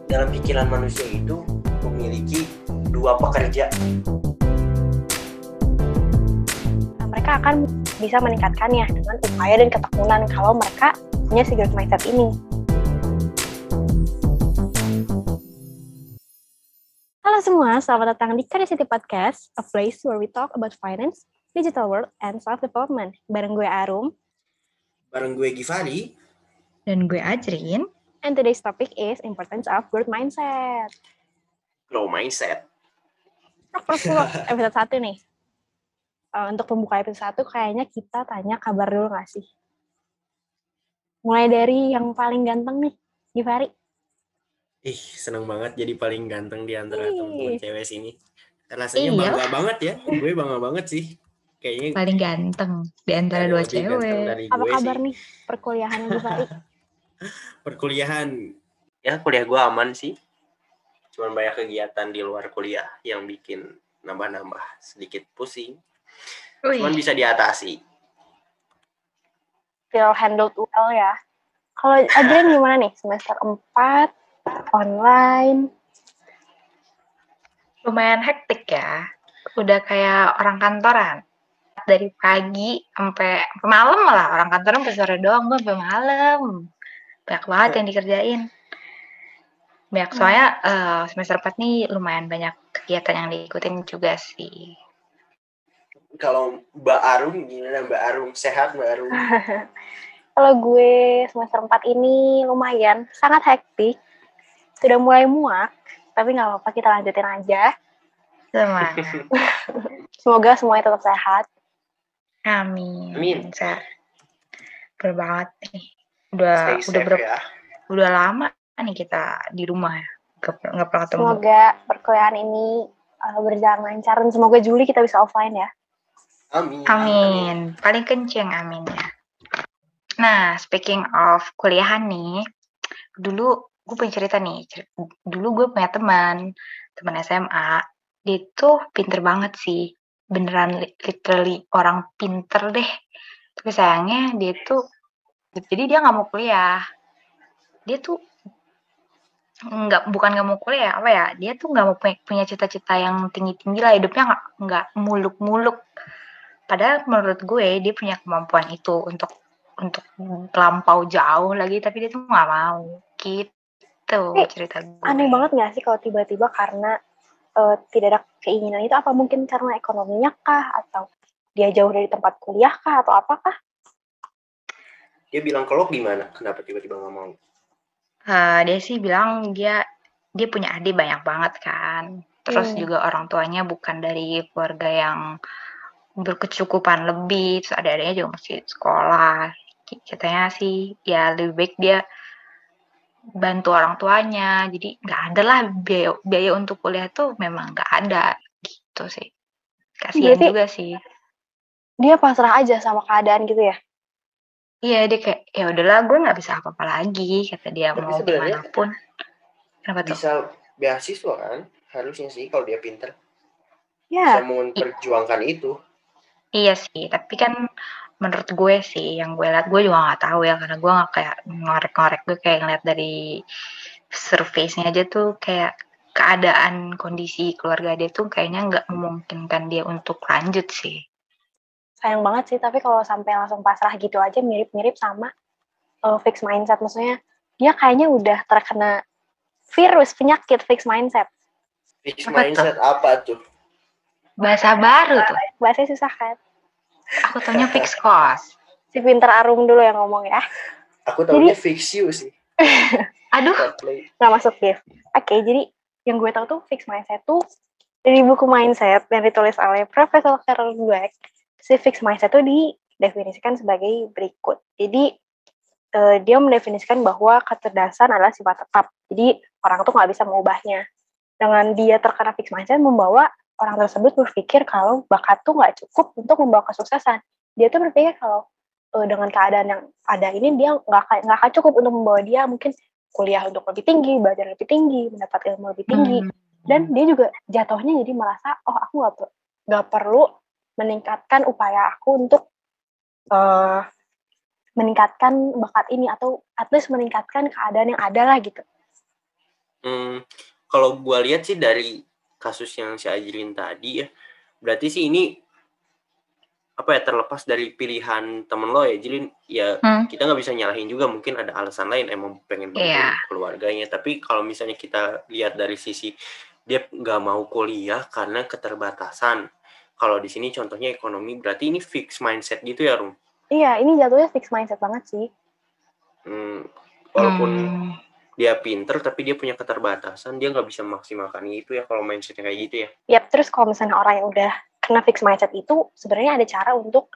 dalam pikiran manusia itu memiliki dua pekerja. Mereka akan bisa meningkatkannya dengan upaya dan ketekunan kalau mereka punya si growth mindset ini. Halo semua, selamat datang di Career City Podcast, a place where we talk about finance, digital world, and self-development. Bareng gue Arum. Bareng gue Givari. Dan gue Ajrin. And today's topic is importance of growth mindset. Grow mindset. Episode 1 nih. Untuk pembuka episode 1 kayaknya kita tanya kabar dulu gak sih? Mulai dari yang paling ganteng nih, Givari. Seneng banget jadi paling ganteng di antara teman-teman cewek sini. Rasanya Iya. bangga banget ya. Gue bangga banget sih. Kayaknya paling ganteng di antara dua cewek. Apa kabar nih perkuliahan Givari? Perkuliahan. Ya kuliah gue aman sih. Cuman banyak kegiatan di luar kuliah yang bikin nambah-nambah sedikit pusing. Cuman bisa diatasi. Feel handled well ya. Kalau Adrian gimana nih? Semester 4, online. Lumayan hektik ya. Udah kayak orang kantoran. Dari pagi sampai malam malah. Orang kantoran sampai sore doang, gue sampai malam. Banyak banget yang dikerjain. Banyak soalnya semester 4 nih lumayan banyak kegiatan yang diikutin juga sih. Kalau Mbak Arum gimana Mbak Arum? Sehat Mbak Arum? Kalau gue semester 4 ini lumayan, sangat hektik. Sudah mulai muak, tapi gak apa-apa, kita lanjutin aja. Semangat. Semoga semuanya tetap sehat. Amin. Sehat. Bener banget nih. Udah lama nih kita di rumah ya. Gak pernah ketemu. Semoga perkuliahan ini berjalan lancar dan semoga Juli kita bisa offline ya. Amin. Paling kenceng aminnya. Nah, speaking of kuliahan nih, dulu gue punya cerita nih. Dulu gue punya teman SMA. Dia tuh pinter banget sih. Beneran literally orang pinter deh. Tapi sayangnya dia tuh, jadi dia gak mau kuliah. Dia tuh bukan gak mau kuliah, apa ya? Dia tuh gak mau punya cita-cita yang tinggi-tinggi lah. Hidupnya gak muluk-muluk. Padahal menurut gue dia punya kemampuan itu untuk terlampau jauh lagi, tapi dia tuh nggak mau gitu cerita gue. Aneh banget nggak sih kalau tiba-tiba karena tidak ada keinginan itu, apa mungkin karena ekonominya kah, atau dia jauh dari tempat kuliah kah, atau apakah? Dia bilang ke lo gimana? Kenapa tiba-tiba nggak mau? Dia sih bilang dia punya adik banyak banget kan. Terus juga orang tuanya bukan dari keluarga yang berkecukupan lebih, terus adik-adiknya juga masih sekolah. Katanya sih ya lebih baik dia bantu orang tuanya, jadi nggak ada lah biaya untuk kuliah tuh memang nggak ada gitu sih. Kasian juga sih. Dia pasrah aja sama keadaan gitu ya? Iya, dia kayak ya udahlah, gue nggak bisa apa-apa lagi, kata dia. Tapi mau gimana pun. Kenapa tuh? Bisa beasiswa kan? Harusnya sih kalau dia pinter. Ya. Bisa memperjuangkan itu. Iya sih, tapi kan menurut gue sih, yang gue lihat, gue juga nggak tahu ya, karena gue nggak kayak ngorek-ngorek, gue kayak ngeliat dari surface-nya aja tuh kayak keadaan kondisi keluarga dia tuh kayaknya nggak memungkinkan dia untuk lanjut sih. Sayang banget sih, tapi kalau sampai langsung pasrah gitu aja mirip-mirip sama fixed mindset. Maksudnya dia kayaknya udah terkena virus penyakit fixed mindset. Fixed mindset apa tuh? Bahasa baru tuh. Bahasanya susah kan? Aku taunya fix cost. Si pinter Arum dulu yang ngomong ya. Aku taunya fix you sih. Aduh. Nggak masuk ya. Oke, jadi yang gue tahu tuh fixed mindset tuh dari buku mindset yang ditulis oleh Profesor Carol Dweck. Si fixed mindset tuh didefinisikan sebagai berikut. Jadi dia mendefinisikan bahwa kecerdasan adalah sifat tetap. Jadi orang tuh nggak bisa mengubahnya. Dengan dia terkena fixed mindset membawa orang tersebut berpikir kalau bakat tuh nggak cukup untuk membawa kesuksesan. Dia tuh berpikir kalau dengan keadaan yang ada ini dia nggak akan cukup untuk membawa dia mungkin kuliah untuk lebih tinggi, belajar lebih tinggi, mendapat ilmu lebih tinggi. Dan dia juga jatuhnya jadi merasa, oh aku nggak perlu meningkatkan upaya aku untuk meningkatkan bakat ini, atau at least meningkatkan keadaan yang ada lah gitu. Kalau gue lihat sih dari kasus yang si Ajrin tadi ya, berarti sih ini terlepas dari pilihan temen lo ya, Jilin. Ya kita nggak bisa nyalahin juga, mungkin ada alasan lain emang pengen bantu keluarganya. Tapi kalau misalnya kita lihat dari sisi dia nggak mau kuliah karena keterbatasan. Kalau di sini contohnya ekonomi, berarti ini fix mindset gitu ya, Rum? Iya, ini jatuhnya fix mindset banget sih. Walaupun dia pinter, tapi dia punya keterbatasan, dia nggak bisa memaksimalkan itu ya kalau mindsetnya kayak gitu ya. Yap, terus kalau misalnya orang yang udah kena fix mindset itu, sebenarnya ada cara untuk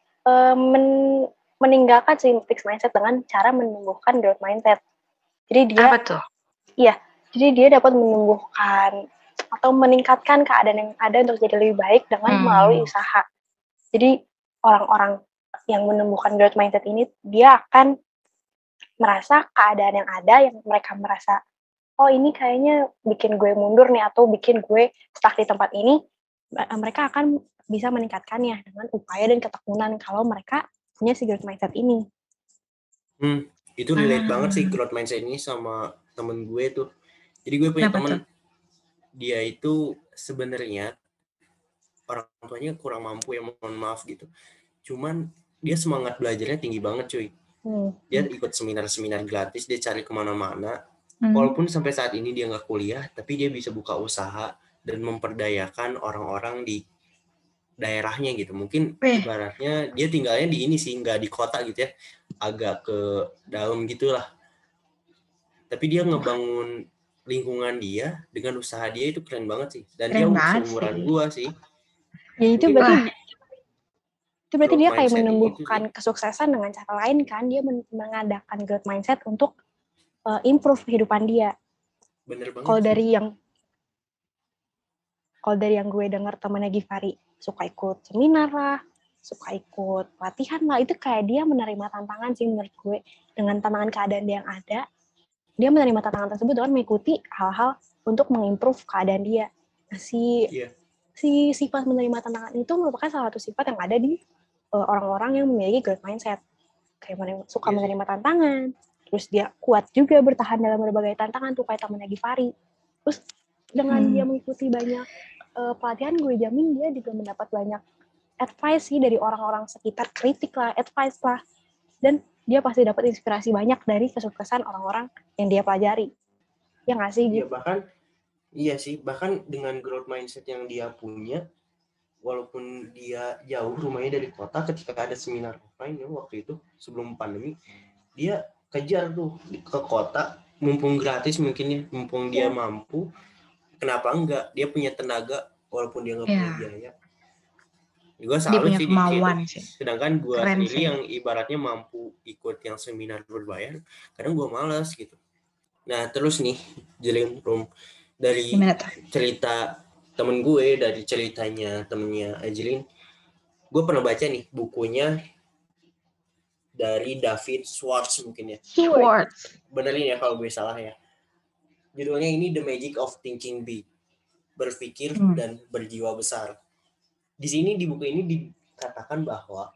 meninggalkan si fix mindset dengan cara menumbuhkan growth mindset. Jadi dia apa tuh? Iya, jadi dia dapat menumbuhkan atau meningkatkan keadaan yang ada untuk jadi lebih baik dengan melalui usaha. Jadi orang-orang yang menumbuhkan growth mindset ini, dia akan merasa keadaan yang ada yang mereka merasa, oh ini kayaknya bikin gue mundur nih atau bikin gue stuck di tempat ini, mereka akan bisa meningkatkannya dengan upaya dan ketekunan kalau mereka punya si growth mindset ini. Itu relate banget sih growth mindset ini sama temen gue tuh. Jadi gue punya temen, dia itu sebenarnya orang tuanya kurang mampu ya, mohon maaf gitu. Cuman dia semangat belajarnya tinggi banget cuy. Dia ikut seminar-seminar gratis, dia cari kemana-mana. Walaupun sampai saat ini dia nggak kuliah, tapi dia bisa buka usaha dan memperdayakan orang-orang di daerahnya gitu. Mungkin ibaratnya dia tinggalnya di ini sih, nggak di kota gitu ya, agak ke dalam gitulah. Tapi dia ngebangun lingkungan dia dengan usaha dia, itu keren banget sih. Dan dia seumuran gua sih. Ya itu berarti dia kayak menumbuhkan kesuksesan dengan cara lain kan. Dia mengadakan growth mindset untuk improve kehidupan dia. Bener banget. Kalau dari yang gue dengar temannya Givari suka ikut seminar lah, suka ikut pelatihan lah, itu kayak dia menerima tantangan sih menurut gue. Dengan tantangan keadaan dia yang ada, dia menerima tantangan tersebut dengan mengikuti hal-hal untuk mengimprove keadaan dia. Si sifat menerima tantangan itu merupakan salah satu sifat yang ada di orang-orang yang memiliki growth mindset. Kayak suka menerima tantangan, terus dia kuat juga bertahan dalam berbagai tantangan tuh kayak temannya Givari. Terus dengan dia mengikuti banyak pelatihan, gue jamin dia juga mendapat banyak advice sih dari orang-orang sekitar, kritik lah, advice lah. Dan dia pasti dapat inspirasi banyak dari kesuksesan orang-orang yang dia pelajari. Ya nggak sih? Iya, bahkan dengan growth mindset yang dia punya, walaupun dia jauh rumahnya dari kota, ketika ada seminar offline ya waktu itu sebelum pandemi, dia kejar tuh ke kota, mumpung gratis mungkin ya, mumpung dia mampu, kenapa enggak, dia punya tenaga walaupun dia nggak punya biaya. Gue salut sih di situ. Sedangkan gue sendiri yang ibaratnya mampu ikut yang seminar berbayar, kadang gue malas gitu. Nah terus nih Jilin, dari cerita temen gue, dari ceritanya temennya Ajlin, gue pernah baca nih bukunya dari David Schwartz mungkin ya. Benerin ya kalau gue salah ya. Judulnya ini The Magic of Thinking Big, berpikir dan berjiwa besar. Di sini di buku ini dikatakan bahwa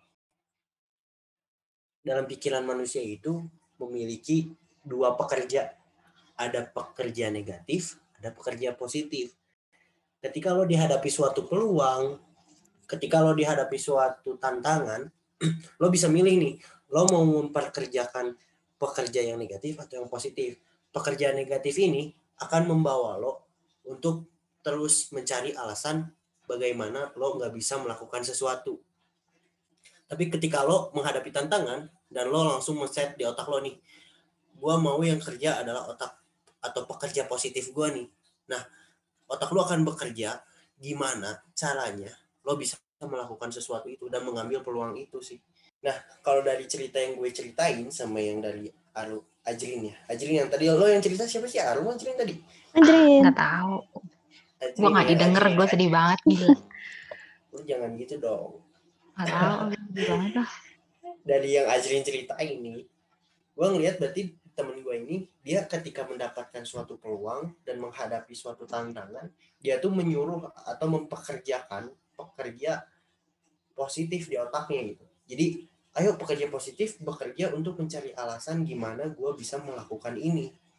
dalam pikiran manusia itu memiliki dua pekerja. Ada pekerja negatif, ada pekerja positif. Ketika lo dihadapi suatu peluang, ketika lo dihadapi suatu tantangan, lo bisa milih nih, lo mau memperkerjakan pekerja yang negatif atau yang positif. Pekerja negatif ini akan membawa lo untuk terus mencari alasan bagaimana lo nggak bisa melakukan sesuatu. Tapi ketika lo menghadapi tantangan dan lo langsung men-set di otak lo nih, gue mau yang kerja adalah otak atau pekerja positif gue nih. Nah, otak lo akan bekerja gimana caranya lo bisa melakukan sesuatu itu dan mengambil peluang itu sih. Nah, kalau dari cerita yang gue ceritain sama yang dari Ajrin ya. Ajrin yang tadi lo yang cerita siapa sih? Ajrin tadi? Nggak tahu. Gue nggak didengar, gue sedih banget gitu. Lo jangan gitu dong. Nggak tahu, gimana? Dari yang Ajrin ceritain nih, gue ngeliat berarti temen gue ini, dia ketika mendapatkan suatu peluang dan menghadapi suatu tantangan, dia tuh menyuruh atau mempekerjakan pekerja positif di otaknya gitu. Jadi ayo pekerja positif bekerja untuk mencari alasan gimana gue bisa melakukan ini.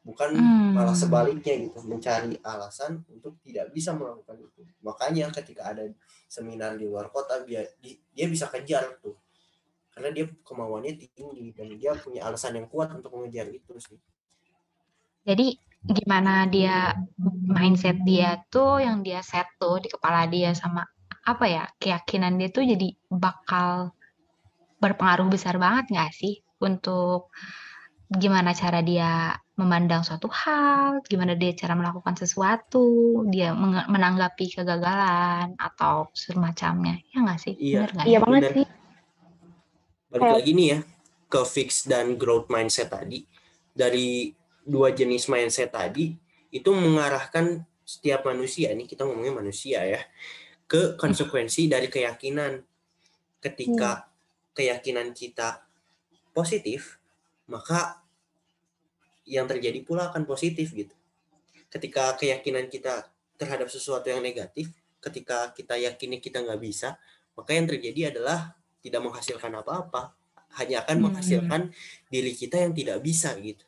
bukan malah sebaliknya gitu, mencari alasan untuk tidak bisa melakukan itu. Makanya ketika ada seminar di luar kota, dia bisa kejar tuh, karena dia kemauannya tinggi dan dia punya alasan yang kuat untuk mengejar itu sih. Jadi gimana dia mindset dia tuh yang dia set tuh di kepala dia sama apa ya keyakinan dia tuh jadi bakal berpengaruh besar banget nggak sih untuk gimana cara dia memandang suatu hal, gimana dia cara melakukan sesuatu, dia menanggapi kegagalan atau semacamnya, ya nggak sih? Iya, Bener nggak Iya ya? banget bener. sih. Balik lagi nih ya ke fix dan growth mindset tadi. Dari dua jenis mindset tadi itu mengarahkan setiap manusia, ini kita ngomongin manusia ya, ke konsekuensi dari keyakinan. Ketika keyakinan kita positif, maka yang terjadi pula akan positif gitu. Ketika keyakinan kita terhadap sesuatu yang negatif, ketika kita yakini kita nggak bisa, maka yang terjadi adalah tidak menghasilkan apa-apa, hanya akan menghasilkan diri kita yang tidak bisa gitu.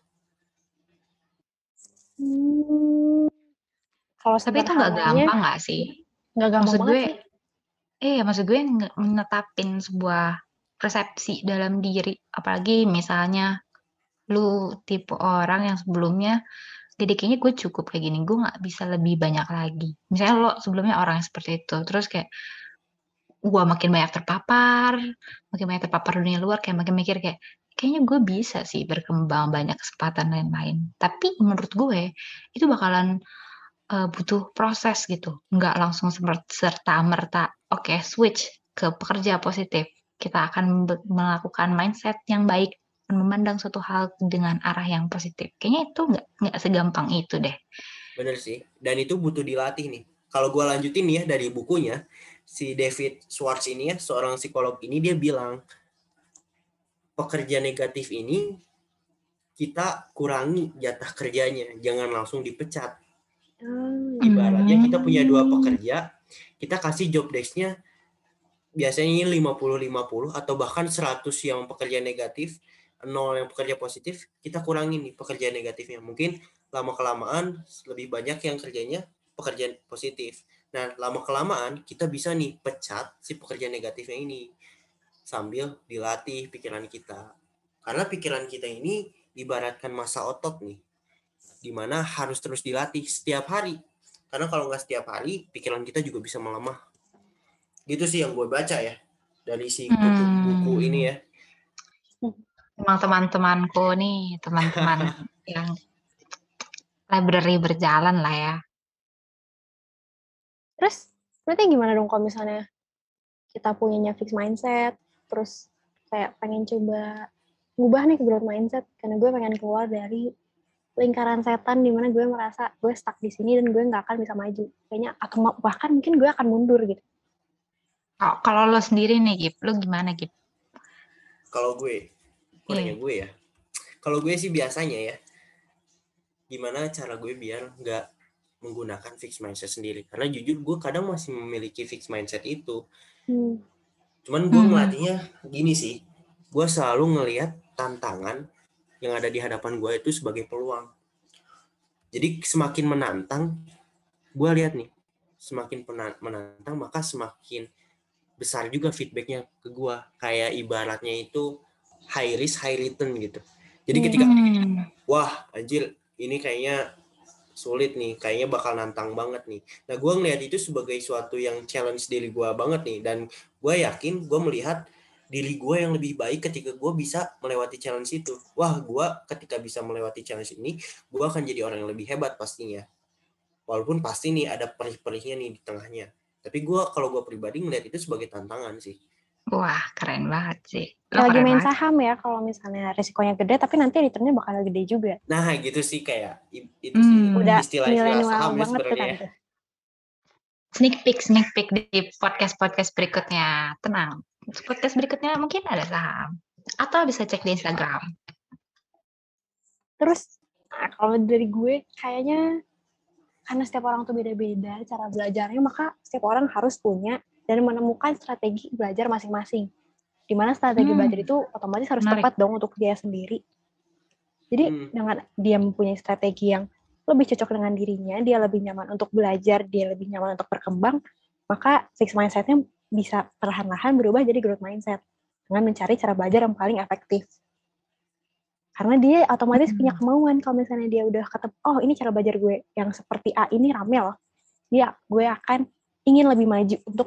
Kalau Tapi itu nggak gampang nggak sih? Nggak gampang maksud banget gue, sih. maksud gue menetapin sebuah persepsi dalam diri, apalagi misalnya lu tipe orang yang sebelumnya jadi kayaknya gue cukup kayak gini, gue nggak bisa lebih banyak lagi. Misalnya lo sebelumnya orang yang seperti itu, terus kayak gue makin banyak terpapar dunia luar, kayak makin mikir kayak kayaknya gue bisa sih berkembang, banyak kesempatan lain-lain. Tapi menurut gue itu bakalan butuh proses gitu, nggak langsung serta merta. Oke, switch ke pekerja positif. Kita akan melakukan mindset yang baik, memandang suatu hal dengan arah yang positif. Kayaknya itu nggak segampang itu deh. Bener sih, dan itu butuh dilatih nih. Kalau gue lanjutin nih ya dari bukunya, si David Schwartz ini ya, seorang psikolog ini, dia bilang pekerja negatif ini kita kurangi jatah kerjanya, jangan langsung dipecat. Ibaratnya kita punya 2 pekerja, kita kasih job desk-nya biasanya 50-50 atau bahkan 100 yang pekerja negatif, 0 yang pekerja positif, kita kurangin nih pekerja negatifnya. Mungkin lama-kelamaan lebih banyak yang kerjanya pekerja positif. Nah, lama-kelamaan kita bisa nih pecat si pekerja negatifnya ini sambil dilatih pikiran kita. Karena pikiran kita ini ibaratkan masa otot nih, dimana harus terus dilatih setiap hari. Karena kalau nggak setiap hari, pikiran kita juga bisa melemah. Gitu sih yang gue baca ya dari si buku ini ya. Emang teman-temanku nih, teman-teman yang library berjalan lah ya. Terus berarti gimana dong kalau misalnya kita punyanya fixed mindset, terus kayak pengen coba ngubah nih ke growth mindset, karena gue pengen keluar dari lingkaran setan di mana gue merasa gue stuck di sini dan gue nggak akan bisa maju. Kayaknya atau bahkan mungkin gue akan mundur gitu. Kalau lo sendiri nih, Gip, lo gimana, Gip? Kalau gue, nanya gue ya. Kalau gue sih biasanya ya, gimana cara gue biar nggak menggunakan fixed mindset sendiri. Karena jujur gue kadang masih memiliki fixed mindset itu. Cuman gue ngelatihnya gini sih, gue selalu ngelihat tantangan yang ada di hadapan gue itu sebagai peluang. Jadi semakin menantang, gue lihat nih, semakin menantang maka semakin besar juga feedbacknya ke gue. Kayak ibaratnya itu high risk high return gitu. Jadi ketika wah anjir ini kayaknya sulit nih, kayaknya bakal nantang banget nih. Nah gue ngeliat itu sebagai suatu yang challenge diri gue banget nih, dan gue yakin gue melihat diri gue yang lebih baik ketika gue bisa melewati challenge itu. Wah gue ketika bisa melewati challenge ini, gue akan jadi orang yang lebih hebat pastinya. Walaupun pasti nih ada perih-perihnya nih di tengahnya. Tapi kalau gue pribadi ngeliat itu sebagai tantangan sih. Wah, keren banget sih. Kayak lagi main saham ya, kalau misalnya resikonya gede, tapi nanti returnnya bakal gede juga. Nah gitu sih, kayak itu sih istilah-istilah saham ya sebenarnya. Sneak peek di podcast berikutnya. Tenang, podcast berikutnya mungkin ada saham. Atau bisa cek di Instagram. Terus, kalau dari gue, kayaknya karena setiap orang tuh beda-beda cara belajarnya, maka setiap orang harus punya dan menemukan strategi belajar masing-masing. Dimana strategi belajar itu otomatis harus tepat dong untuk dia sendiri. Jadi dengan dia mempunyai strategi yang lebih cocok dengan dirinya, dia lebih nyaman untuk belajar, dia lebih nyaman untuk berkembang, maka fixed mindset-nya bisa perlahan-lahan berubah jadi growth mindset dengan mencari cara belajar yang paling efektif. Karena dia otomatis punya kemauan kalau misalnya dia udah ketemu, oh ini cara belajar gue yang seperti A ini rame loh, gue akan ingin lebih maju untuk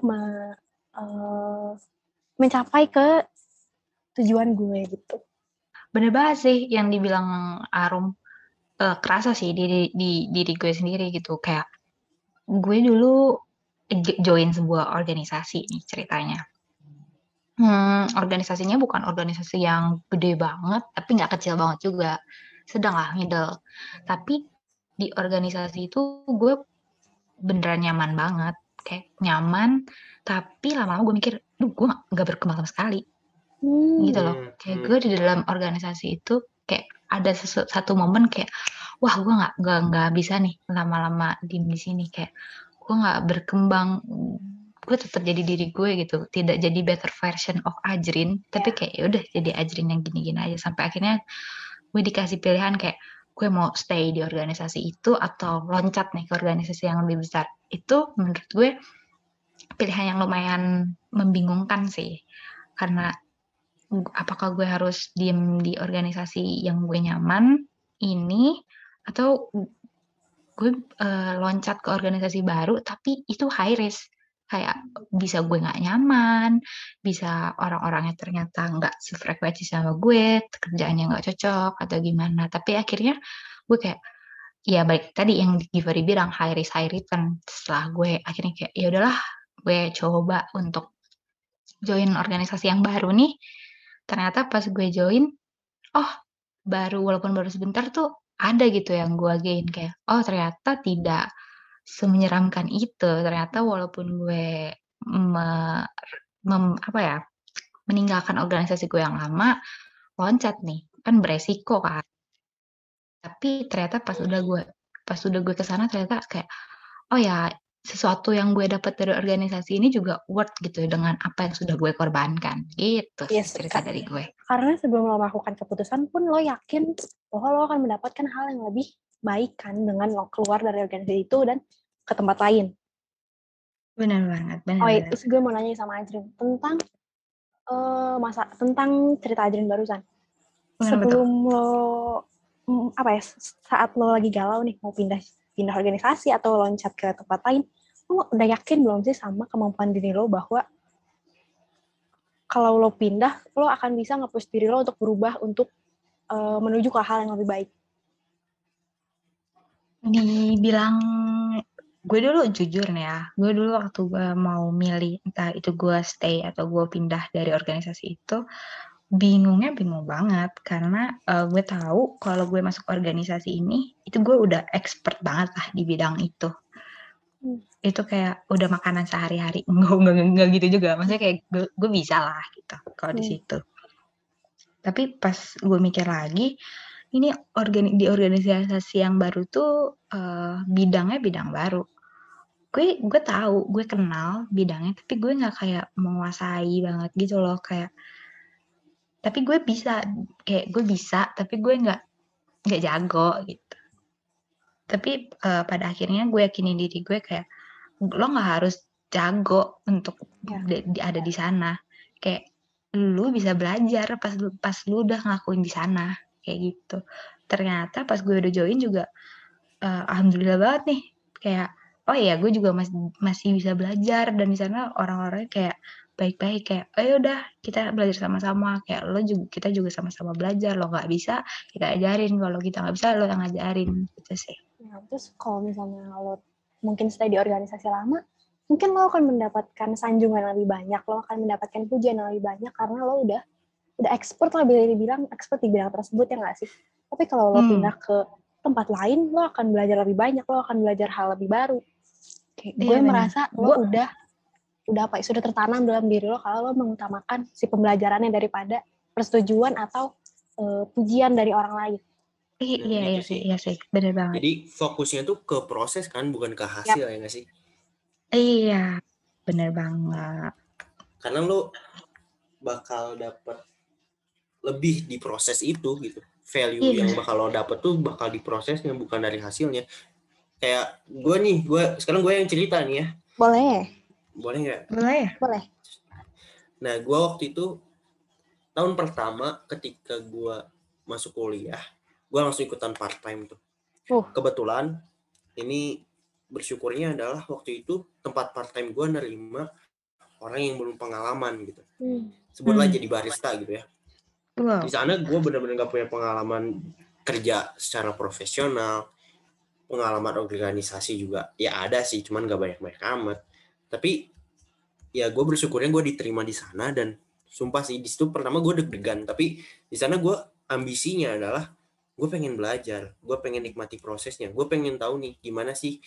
mencapai ke tujuan gue gitu. Bener banget sih yang dibilang Arum, kerasa sih di diri gue sendiri gitu. Kayak gue dulu join sebuah organisasi nih ceritanya. Organisasinya bukan organisasi yang gede banget, tapi nggak kecil banget juga. Sedang lah, middle. Tapi di organisasi itu gue beneran nyaman banget. Kayak nyaman, tapi lama-lama gue mikir, duh gue nggak berkembang sama sekali. Gitu loh. Kayak gue di dalam organisasi itu kayak ada satu momen kayak, wah gue nggak bisa nih lama-lama di sini, kayak gue nggak berkembang, gue tetap jadi diri gue gitu, tidak jadi better version of Ajrin, tapi kayak ya udah jadi Ajrin yang gini-gini aja, sampai akhirnya gue dikasih pilihan kayak gue mau stay di organisasi itu atau loncat nih ke organisasi yang lebih besar. Itu menurut gue pilihan yang lumayan membingungkan sih, karena apakah gue harus diem di organisasi yang gue nyaman ini, atau gue loncat ke organisasi baru tapi itu high risk, kayak bisa gue nggak nyaman, bisa orang-orangnya ternyata nggak sefrekuensi sama gue, kerjaannya nggak cocok atau gimana. Tapi akhirnya gue kayak, ya baik tadi yang Givari bilang high risk high return. Setelah gue akhirnya kayak ya udahlah, gue coba untuk join organisasi yang baru nih. Ternyata pas gue join, oh walaupun baru sebentar tuh ada gitu yang gue gain, kayak oh ternyata tidak semenyeramkan itu. Ternyata walaupun gue meninggalkan organisasi gue yang lama, loncat nih kan beresiko kan. Tapi ternyata pas udah gue kesana, ternyata kayak oh ya, sesuatu yang gue dapat dari organisasi ini juga worth gitu dengan apa yang sudah gue korbankan. Gitu sih cerita dari gue. Karena sebelum lo melakukan keputusan pun lo yakin bahwa lo akan mendapatkan hal yang lebih baik kan dengan lo keluar dari organisasi itu dan ke tempat lain. Benar banget. Terus gue mau nanya sama Ajrin tentang tentang cerita Ajrin barusan. Sebelum lo saat lo lagi galau nih mau pindah organisasi atau loncat ke tempat lain, lo udah yakin belum sih sama kemampuan diri lo bahwa kalau lo pindah, lo akan bisa nge-push diri lo untuk berubah, untuk menuju ke hal yang lebih baik? Dibilang, gue dulu jujur nih ya, gue dulu waktu gue mau milih, entah itu gue stay atau gue pindah dari organisasi itu, bingung banget, karena gue tahu kalau gue masuk organisasi ini, itu gue udah expert banget lah di bidang itu. Itu kayak udah makanan sehari-hari, enggak gitu juga, maksudnya kayak gue bisa lah gitu kalau di situ. Tapi pas gue mikir lagi, ini di organisasi yang baru tuh bidangnya bidang baru. Gue tahu, gue kenal bidangnya, tapi gue nggak kayak menguasai banget gitu loh, kayak. Tapi gue bisa, tapi gue nggak jago gitu. Tapi pada akhirnya gue yakinin diri gue kayak, lo nggak harus jago untuk ada di sana. Kayak lu bisa belajar pas lu udah ngelakuin di sana, kayak gitu. Ternyata pas gue udah join juga, alhamdulillah banget nih, kayak oh iya gue juga masih bisa belajar, dan di sana orang-orangnya kayak baik-baik, kayak oh udah kita belajar sama-sama, kayak kita juga sama-sama belajar, lo nggak bisa kita ajarin, kalau kita nggak bisa lo yang ngajarin gitu sih. Nah, terus kalau misalnya lo mungkin stay di organisasi lama, mungkin lo akan mendapatkan sanjungan yang lebih banyak, lo akan mendapatkan pujian yang lebih banyak karena lo udah expert lah, bisa dibilang expert di bidang tersebut, ya nggak sih? Tapi kalau lo pindah ke tempat lain, lo akan belajar lebih banyak, lo akan belajar hal lebih baru. Gue merasa lo sudah tertanam dalam diri lo kalau lo mengutamakan si pembelajarannya daripada persetujuan atau pujian dari orang lain. Iya sih, benar banget. Jadi fokusnya tuh ke proses kan, bukan ke hasil. Ya nggak sih? Iya, benar banget. Karena lo bakal dapet lebih di proses itu gitu. value yang bakal lo dapet tuh bakal diprosesnya, bukan dari hasilnya. Kayak gue sekarang gue yang cerita nih ya. Boleh nggak? Boleh. Nah, gue waktu itu tahun pertama ketika gue masuk kuliah, gue langsung ikutan part time tuh. Kebetulan ini bersyukurnya adalah waktu itu tempat part time gue nerima orang yang belum pengalaman gitu. Sebutlah jadi barista gitu ya. Di sana gue benar-benar gak punya pengalaman kerja secara profesional, pengalaman organisasi juga ya ada sih, cuman gak banyak-banyak amat. Tapi ya gue bersyukurnya gue diterima di sana, dan sumpah sih di situ pertama gue deg-degan, tapi di sana gue ambisinya adalah gue pengen belajar, gue pengen nikmati prosesnya, gue pengen tahu nih gimana sih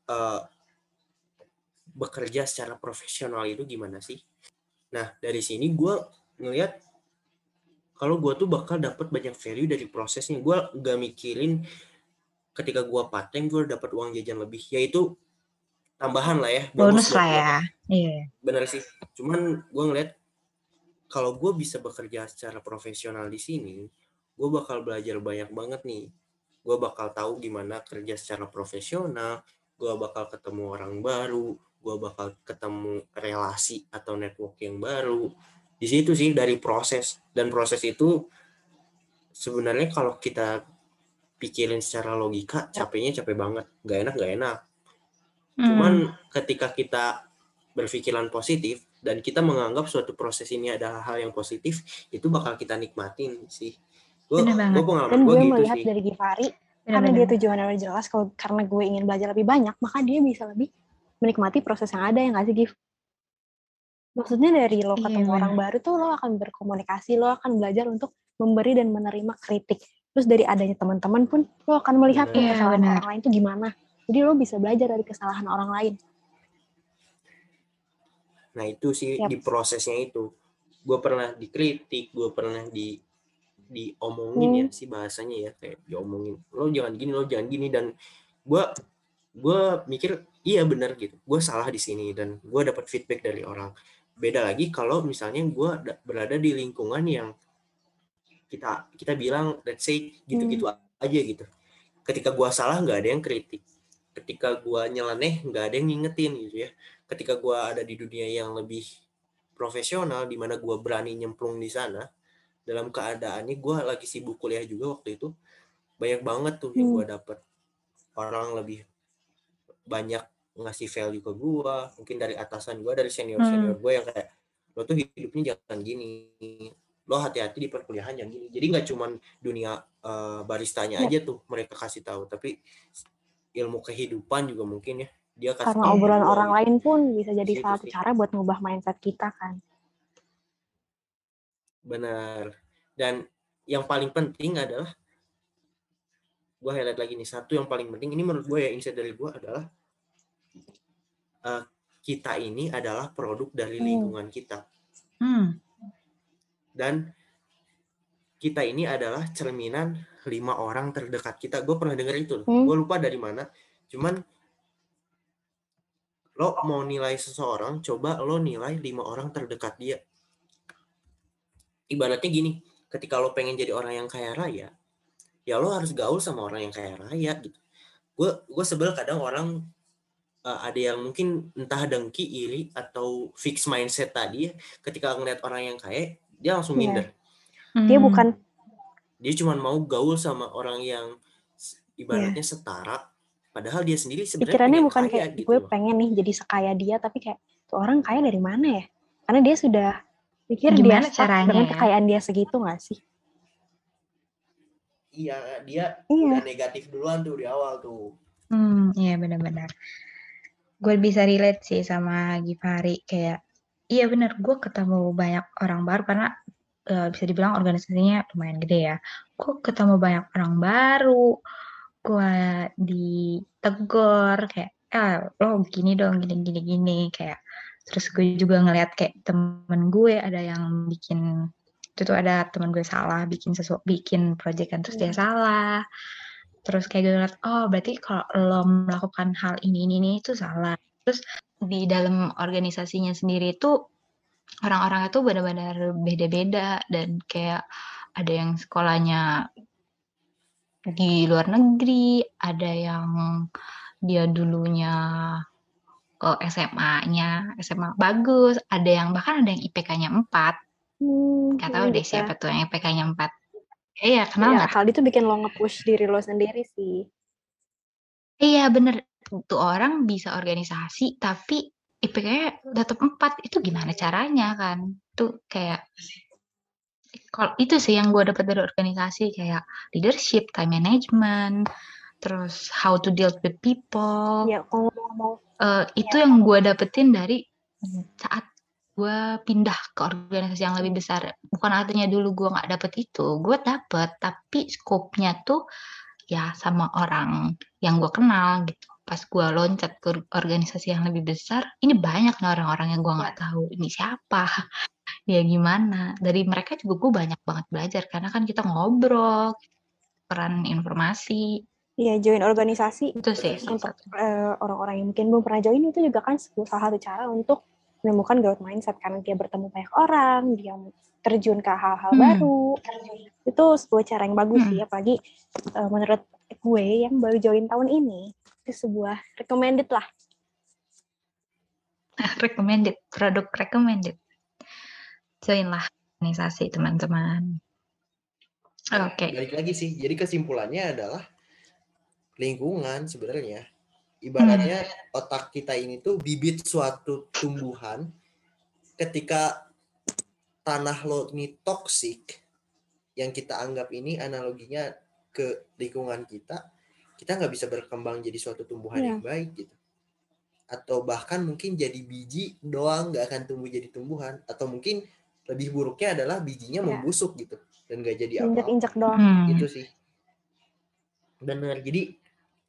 bekerja secara profesional itu gimana sih. Nah dari sini gue ngelihat kalau gue tuh bakal dapat banyak value dari prosesnya. Gue gak mikirin ketika gue part time gue dapat uang jajan lebih, yaitu tambahan lah ya, bonus lah ya. Iya. Bener sih. Cuman gue ngeliat kalau gue bisa bekerja secara profesional di sini, gue bakal belajar banyak banget nih. Gue bakal tahu gimana kerja secara profesional, gue bakal ketemu orang baru, gue bakal ketemu relasi atau network yang baru. Di situ sih dari proses, dan proses itu sebenarnya kalau kita pikirin secara logika capeknya capek banget, gak enak. Cuman ketika kita berpikiran positif dan kita menganggap suatu proses ini adalah hal yang positif, itu bakal kita nikmatin sih. Gue pengalaman dan gue gitu melihat sih dari Givari, karena dia tujuannya udah jelas, kalau karena gue ingin belajar lebih banyak, maka dia bisa lebih menikmati proses yang ada, yang nggak sih, Gif? Maksudnya dari lo ketemu orang baru tuh lo akan berkomunikasi, lo akan belajar untuk memberi dan menerima kritik. Terus dari adanya teman-teman pun lo akan melihat tuh kesalahan orang lain tuh gimana. Jadi lo bisa belajar dari kesalahan orang lain. Nah itu sih di prosesnya itu. Gue pernah dikritik, gue pernah diomongin ya sih bahasanya ya, kayak diomongin. Lo jangan gini, dan gue mikir iya benar gitu. Gue salah di sini dan gue dapat feedback dari orang. Beda lagi kalau misalnya gue berada di lingkungan yang kita bilang let's say gitu-gitu aja gitu. Ketika gue salah nggak ada yang kritik, ketika gue nyeleneh nggak ada yang ngingetin gitu ya. Ketika gue ada di dunia yang lebih profesional, di mana gue berani nyemplung di sana, dalam keadaannya gue lagi sibuk kuliah juga waktu itu, banyak banget tuh yang gue dapet. Orang lebih banyak ngasih value ke gue, mungkin dari atasan gue, dari senior gue yang kayak, lo tuh hidupnya jangan gini, lo hati-hati di perkuliahan jangan gini. Jadi nggak cuman dunia baristanya aja tuh mereka kasih tahu, tapi ilmu kehidupan juga mungkin ya dia kasih karena tahu obrolan gua, orang gitu. lain pun bisa jadi salah satu cara buat ngubah mindset kita kan. Benar. Dan yang paling penting adalah, gue highlight lagi nih, satu yang paling penting ini menurut gue ya, insight dari gue adalah kita ini adalah produk dari lingkungan kita. Dan kita ini adalah cerminan 5 orang terdekat kita. Gue pernah dengar itu, gue lupa dari mana. Cuman lo mau nilai seseorang, coba lo nilai 5 orang terdekat dia. Ibaratnya gini, ketika lo pengen jadi orang yang kaya raya, ya lo harus gaul sama orang yang kaya raya gitu. Gue sebel kadang orang ada yang mungkin entah dengki, iri, atau fix mindset tadi ya, ketika ngeliat orang yang kaya dia langsung minder. Dia cuma mau gaul sama orang yang ibaratnya setara, padahal dia sendiri sebenarnya pikirannya bukan kaya, kayak gitu. Gue pengen nih jadi sekaya dia, tapi kayak tuh orang kaya dari mana ya, karena dia sudah pikir gimana dia stuck dengan kekayaan dia segitu nggak sih? Iya, dia udah negatif duluan tuh di awal tuh. Iya benar-benar. Gue bisa relate sih sama Givari, kayak iya benar, gue ketemu banyak orang baru karena bisa dibilang organisasinya lumayan gede ya. Gue ketemu banyak orang baru, gue ditegur kayak lo gini dong, gini kayak. Terus gue juga ngeliat kayak temen gue ada yang bikin, itu tuh ada temen gue salah bikin project kan, terus dia salah. Terus kayak gue ngeliat, oh berarti kalau lo melakukan hal ini itu salah. Terus di dalam organisasinya sendiri itu orang-orang itu benar-benar beda-beda, dan kayak ada yang sekolahnya di luar negeri, ada yang dia dulunya ke SMA bagus, bahkan ada yang IPK-nya 4. Gak tahu deh Gitu. siapa tuh yang IPK-nya 4. Iya, kenal Ya, nggak tuh? hal itu bikin lo nge-push diri lo sendiri sih. Iya, bener. Tuh orang bisa organisasi, tapi IPK-nya tetap 4. Itu gimana caranya kan? Tuh kayak, kalau itu sih yang gue dapat dari organisasi, kayak leadership, time management, terus how to deal with people. Ya, kalau ngomong Itu yang gue dapetin dari saat gue pindah ke organisasi yang lebih besar. Bukan artinya dulu gue nggak dapet itu, gue dapet, tapi skopnya tuh ya sama orang yang gue kenal gitu. Pas gue loncat ke organisasi yang lebih besar, ini banyak nih orang-orang yang gue nggak tahu ini siapa, ya gimana. Dari mereka juga gue banyak banget belajar karena kan kita ngobrol, peran informasi. Iya, join organisasi Itu sih untuk orang-orang yang mungkin belum pernah join itu juga kan salah satu cara untuk menemukan growth mindset, karena dia bertemu banyak orang, dia terjun ke hal-hal baru. Itu sebuah cara yang bagus sih, apalagi menurut gue yang baru join tahun ini, itu sebuah recommended lah. Recommended, produk recommended. Join lah organisasi teman-teman. Oke. Balik lagi sih, jadi kesimpulannya adalah lingkungan sebenarnya. Ibaratnya otak kita ini tuh bibit suatu tumbuhan. Ketika tanah lo ini toksik, yang kita anggap ini analoginya ke lingkungan kita nggak bisa berkembang jadi suatu tumbuhan yang baik gitu. Atau bahkan mungkin jadi biji doang, nggak akan tumbuh jadi tumbuhan. Atau mungkin lebih buruknya adalah bijinya membusuk gitu dan nggak jadi apa-apa. Injak doang. Gitu sih. Benar. Jadi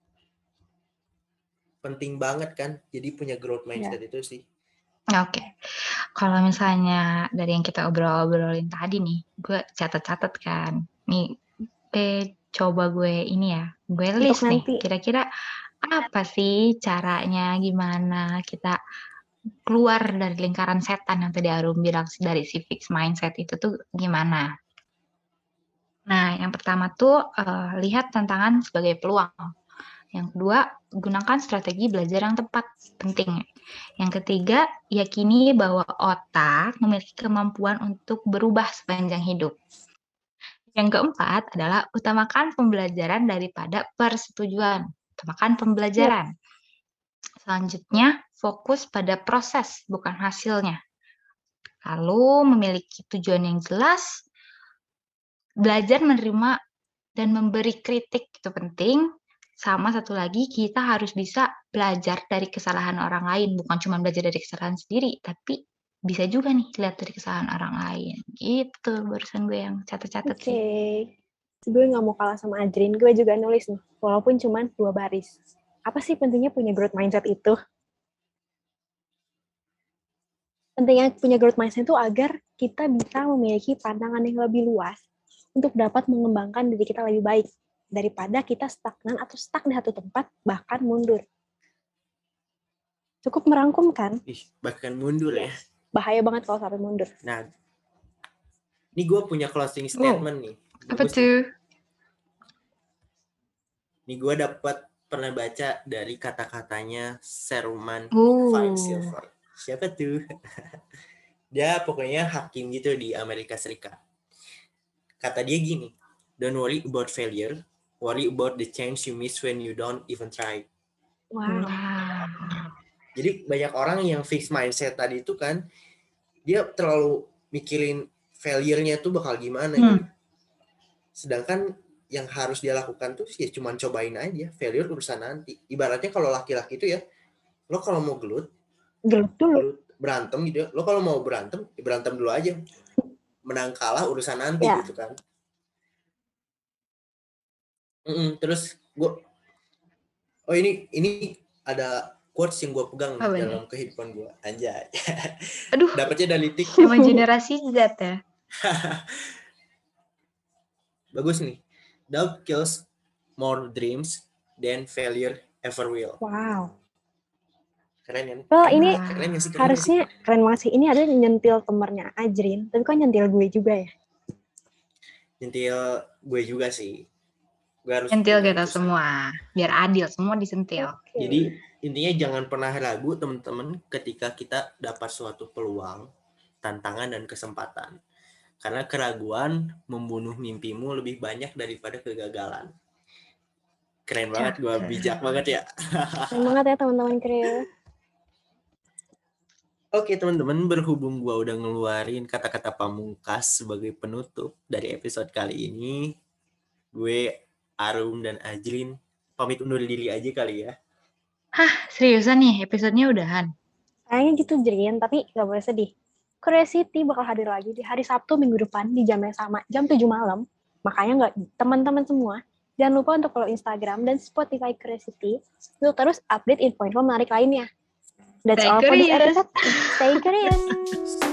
penting banget kan, jadi punya growth mindset itu sih. Oke. Kalau misalnya dari yang kita obrolin tadi nih, gue catat-catat kan. Nih, coba gue ini ya, gue list nih. Kira-kira apa sih caranya, gimana kita keluar dari lingkaran setan yang tadi Arum bilang dari si fixed mindset itu tuh gimana? Nah, yang pertama tuh lihat tantangan sebagai peluang. Yang kedua, gunakan strategi belajar yang tepat, penting. Yang ketiga, yakini bahwa otak memiliki kemampuan untuk berubah sepanjang hidup. Yang keempat adalah utamakan pembelajaran daripada persetujuan. Utamakan pembelajaran. Selanjutnya, fokus pada proses, bukan hasilnya. Lalu, memiliki tujuan yang jelas, belajar menerima dan memberi kritik itu penting. Sama satu lagi, kita harus bisa belajar dari kesalahan orang lain. Bukan cuma belajar dari kesalahan sendiri, tapi bisa juga nih lihat dari kesalahan orang lain. Gitu barusan gue yang catat-catat sih. Gue nggak mau kalah sama Adrin, gue juga nulis nih, walaupun cuma 2 baris. Apa sih pentingnya punya growth mindset itu? Pentingnya punya growth mindset itu agar kita bisa memiliki pandangan yang lebih luas untuk dapat mengembangkan diri kita lebih baik daripada kita stagnan atau stuck di satu tempat, bahkan mundur. Cukup merangkum kan? Bahkan mundur ya. Bahaya banget kalau sampai mundur. Nah, ini gue punya closing statement nih. Apa tuh? Ini gue pernah baca dari kata-katanya Sherman Silver. Siapa tuh? Dia pokoknya hakim gitu di Amerika Serikat. Kata dia gini, don't worry about failure, worry about the chance you miss when you don't even try. Wow. Jadi banyak orang yang fixed mindset tadi itu kan, dia terlalu mikirin failure-nya tuh bakal gimana gitu. Sedangkan yang harus dia lakukan tuh ya cuma cobain aja, failure urusan nanti. Ibaratnya kalau laki-laki itu ya, lo kalau mau gelut dulu, berantem gitu ya, lo kalau mau berantem, ya berantem dulu aja. Menang kalah urusan nanti gitu kan. Terus gue, ini ada quotes yang gue pegang dalam kehidupan gue, anjay. Aduh, dapatnya dari TikTok. Sama generasi Z ya. Bagus nih. Doubt kills more dreams than failure ever will. Wow. Keren kan? Ini keren harusnya keren banget sih. Ini ada nyentil temernya Ajrin, tapi kok nyentil gue juga ya? Nyentil gue juga sih. Gue harus sentil kita semua, biar adil, semua disentil. Okay. Jadi intinya jangan pernah ragu teman-teman ketika kita dapat suatu peluang, tantangan dan kesempatan. Karena keraguan membunuh mimpimu lebih banyak daripada kegagalan. Keren banget, gue bijak banget ya. Keren banget ya teman-teman Kriyo. Oke teman-teman, berhubung gue udah ngeluarin kata-kata pamungkas sebagai penutup dari episode kali ini, gue, Arum, dan Ajrin pamit undur diri aja kali ya. Hah, seriusan nih episodenya udahan? Kayaknya gitu Jrin, tapi gak boleh sedih. Curiosity bakal hadir lagi di hari Sabtu minggu depan di jam yang sama, jam 7 malam. Makanya teman-teman semua, jangan lupa untuk follow Instagram dan Spotify Curiosity untuk terus update info-info menarik lainnya. That's all for this episode. Stay curious.